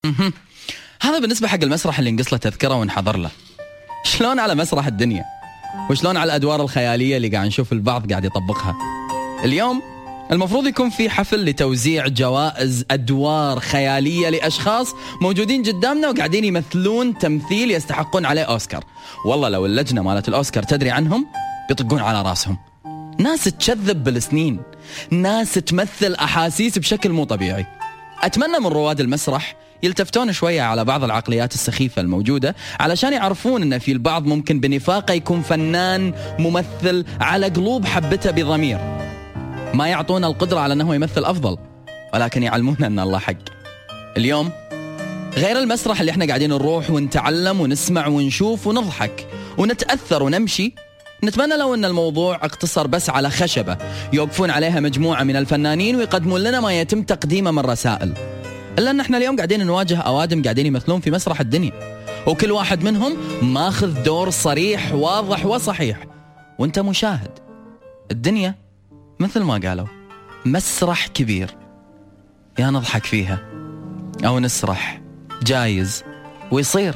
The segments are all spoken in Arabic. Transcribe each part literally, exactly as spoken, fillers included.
هذا بالنسبة حق المسرح اللي نقص له تذكرة ونحضر له. شلون على مسرح الدنيا؟ وشلون على الأدوار الخيالية اللي قاعد نشوف البعض قاعد يطبقها؟ اليوم المفروض يكون في حفل لتوزيع جوائز أدوار خيالية لأشخاص موجودين قدامنا وقاعدين يمثلون تمثيل يستحقون عليه أوسكار. والله لو اللجنة مالت الأوسكار تدري عنهم بيطقون على راسهم. ناس تشذب بالسنين، ناس تمثل أحاسيس بشكل مو طبيعي. أتمنى من رواد المسرح يلتفتون شوية على بعض العقليات السخيفة الموجودة علشان يعرفون أن في البعض ممكن بنفاقه يكون فنان ممثل على قلوب حبته بضمير. ما يعطونا القدرة على أنه يمثل أفضل، ولكن يعلمونا أن الله حق. اليوم غير المسرح اللي احنا قاعدين نروح ونتعلم ونسمع ونشوف ونضحك ونتأثر ونمشي، نتمنى لو أن الموضوع اقتصر بس على خشبة يوقفون عليها مجموعة من الفنانين ويقدمون لنا ما يتم تقديمه من رسائل. إلا أن احنا اليوم قاعدين نواجه أوادم قاعدين يمثلون في مسرح الدنيا، وكل واحد منهم ماخذ دور صريح واضح وصحيح، وانت مشاهد. الدنيا مثل ما قالوا مسرح كبير، يا نضحك فيها أو نسرح، جايز ويصير.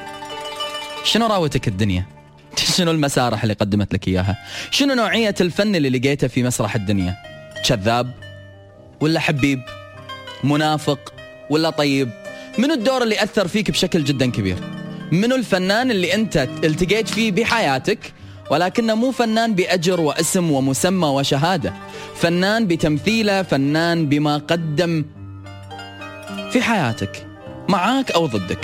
شنو راوتك الدنيا؟ شنو المسارح اللي قدمت لك إياها؟ شنو نوعية الفن اللي لقيته في مسرح الدنيا؟ كذاب ولا حبيب؟ منافق ولا طيب؟ منو الدور اللي أثر فيك بشكل جدا كبير؟ منو الفنان اللي أنت التقيت فيه بحياتك ولكنه مو فنان بأجر واسم ومسمى وشهادة، فنان بتمثيله، فنان بما قدم في حياتك معاك أو ضدك؟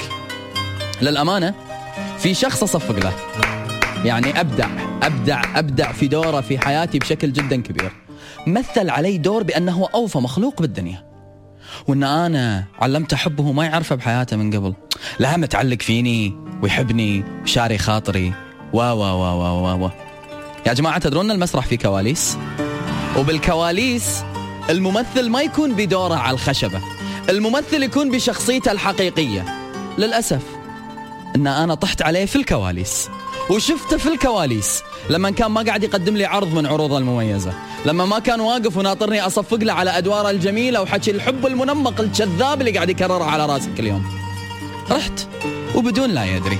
للأمانة في شخص أصفق له، يعني أبدع أبدع أبدع في دوره في حياتي بشكل جدا كبير. مثل علي دور بأنه أوفى مخلوق بالدنيا، وأن أنا علمت أحبه ما يعرفه بحياته من قبل. لا متعلق فيني ويحبني وشاري خاطري وا وا وا وا وا وا. يا جماعة تدرون المسرح في كواليس، وبالكواليس الممثل ما يكون بدوره على الخشبة، الممثل يكون بشخصيته الحقيقية. للأسف أن أنا طحت عليه في الكواليس وشفته في الكواليس لما كان ما قاعد يقدم لي عرض من عروضه المميزة، لما ما كان واقف وناطرني أصفق له على أدواره الجميلة وحكي الحب المنمق الكذاب اللي قاعد يكرره على راسك كل يوم. رحت وبدون لا يدري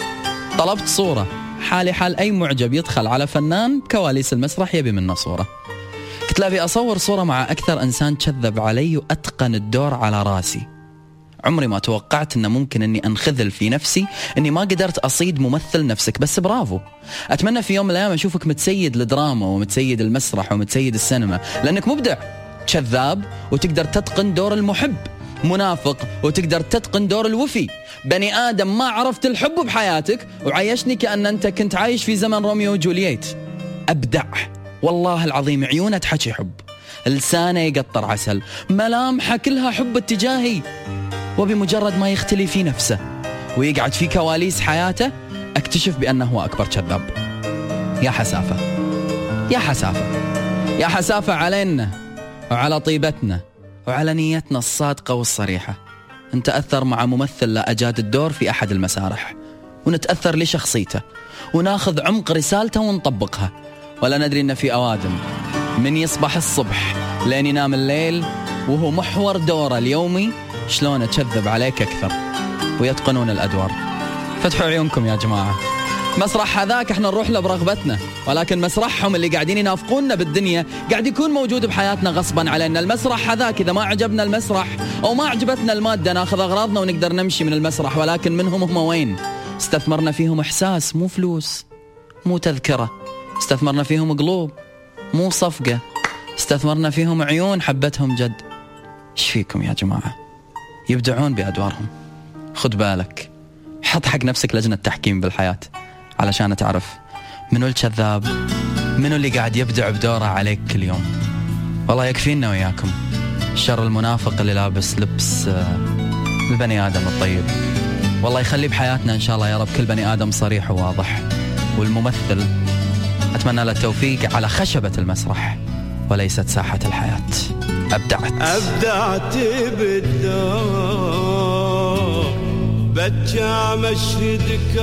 طلبت صورة، حالي حال أي معجب يدخل على فنان كواليس المسرح يبي منه صورة. قلت له أبي أصور صورة مع أكثر إنسان كذب علي وأتقن الدور على راسي. عمري ما توقعت أنه ممكن أني أنخذل في نفسي أني ما قدرت أصيد ممثل نفسك، بس برافو. أتمنى في يوم من الأيام أشوفك متسيد الدراما ومتسيد المسرح ومتسيد السينما، لأنك مبدع، كذاب وتقدر تتقن دور المحب، منافق وتقدر تتقن دور الوفي، بني آدم ما عرفت الحب بحياتك وعيشني كأن أنت كنت عايش في زمن روميو وجولييت. أبدع والله العظيم، عيونه تحكي حب، لسانه يقطر عسل، ملامحه كلها حب اتجاهي. وبمجرد ما يختلي في نفسه ويقعد في كواليس حياته اكتشف بأنه هو أكبر كذاب. يا حسافة يا حسافة يا حسافة علينا وعلى طيبتنا وعلى نيتنا الصادقة والصريحة. نتأثر مع ممثل لا أجاد الدور في أحد المسارح، ونتأثر لشخصيته وناخذ عمق رسالته ونطبقها، ولا ندري أن في أوادم من يصبح الصبح لين ينام الليل وهو محور دوره اليومي شلون أتشذب عليك أكثر ويتقنون الأدوار. فتحوا عيونكم يا جماعة، مسرح هذاك احنا نروح له برغبتنا، ولكن مسرحهم اللي قاعدين ينافقوننا بالدنيا قاعد يكون موجود بحياتنا غصبا علينا. المسرح هذاك إذا ما عجبنا المسرح أو ما عجبتنا المادة ناخذ أغراضنا ونقدر نمشي من المسرح، ولكن منهم هم وين؟ استثمرنا فيهم إحساس مو فلوس، مو تذكرة، استثمرنا فيهم قلوب مو صفقة، استثمرنا فيهم عيون حبتهم جد. ايش فيكم يا جماعة؟ يبدعون بأدوارهم. خد بالك، حط حق نفسك لجنة تحكيم بالحياة علشان تعرف منو الكذاب، منو اللي قاعد يبدع بدوره عليك كل يوم. والله يكفينا وياكم شر المنافق اللي لابس لبس البني آدم الطيب. والله يخلي بحياتنا إن شاء الله يا رب كل بني آدم صريح وواضح، والممثل أتمنى له التوفيق على خشبة المسرح وليست ساحة الحياة. أبدعت أبدعت بالدور بجع مشهدك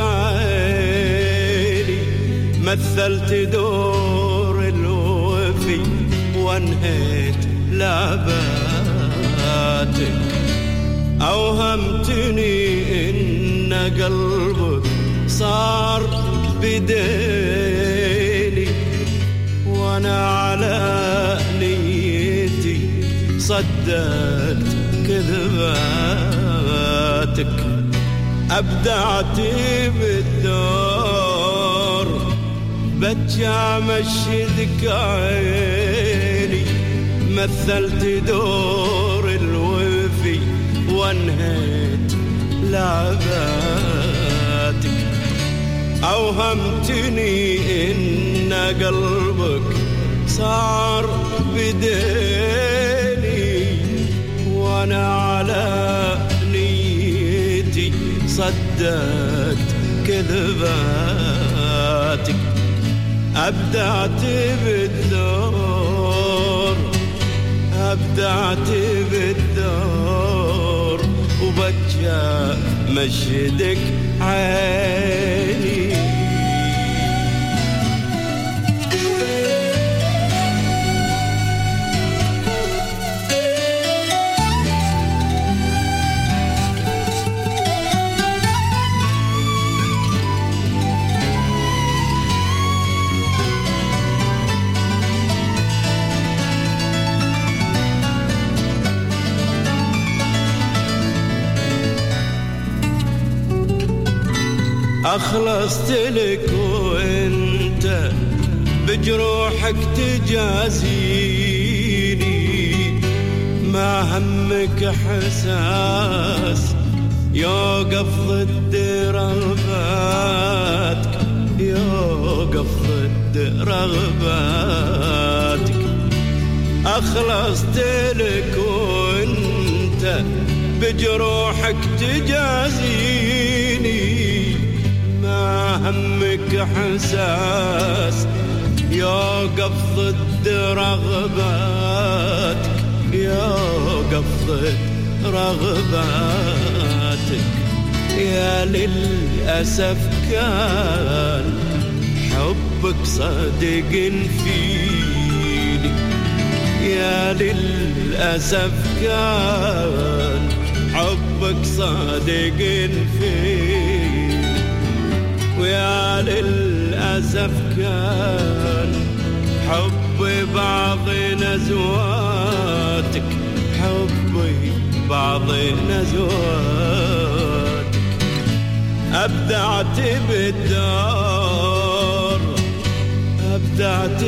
عيني، مثلت دور الوفي وانهيت لعباتك، أوهمت قلبك صار بديني، وانا على نيتي صدقت كذباتك. أبدعت بالدور بجع مشدك عيني، مثلت دور الوفي وانهيت لعباتك. أوهمتني إن قلبك صار بديني، وانا على نيتي صدقت كذباتك. أبدعت بالدور أبدعت بالدور وبجى مشدك عيني. أخلصت لك وانت بجروحك تجازيني، ما همك حساس يوقف ضد رغباتك، يوقف ضد رغباتك. أخلصت لك وانت بجروحك تجازيني، ما همك حساس يوقف ضد رغباتك، يوقف ضد رغباتك. يا للأسف كان حبك صادق فيني، يا للأسف كان حبك صادق فيني، ويا للأسف كان حبي بعض نزواتك، حبي بعض نزواتك. أبدعت بالدار أبدعت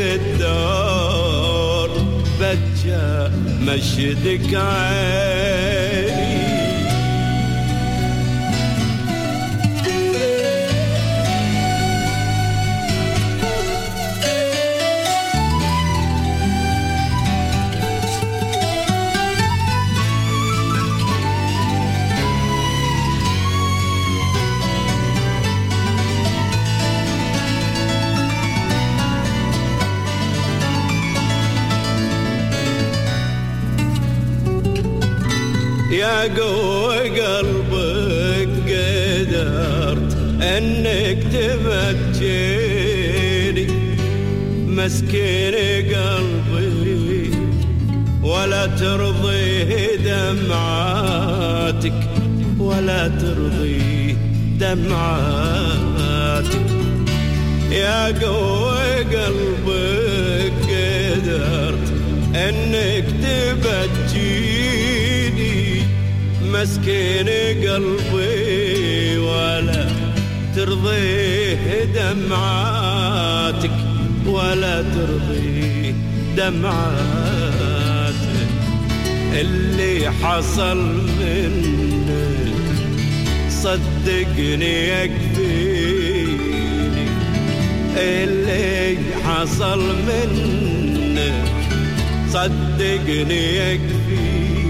بالدار بجى مشدك عيني. يا قوة قلبك قدرت انك تبكيني، مسكين قلبي ولا ترضيه دمعاتك، ولا ترضيه دمعاتك. يا قوة قلبك قدرت انك تبكيني، مسكين قلبي ولا ترضيه دمعاتك، ولا ترضيه دمعاتك. اللي حصل منك صدقني يكفيني، اللي حصل منك صدقني يكفيني.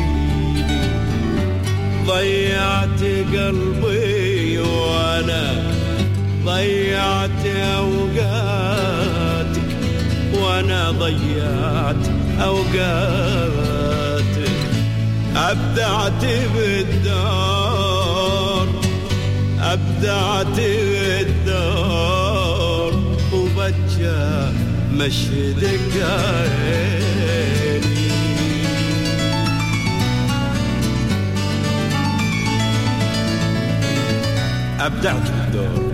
ضيعت قلبي وانا ضيعت اوقاتك، وانا ضيعت اوقاتك. ابدعت بالدار ابدعت بالدار وبجى مشدك عيني. أبدعت الدور.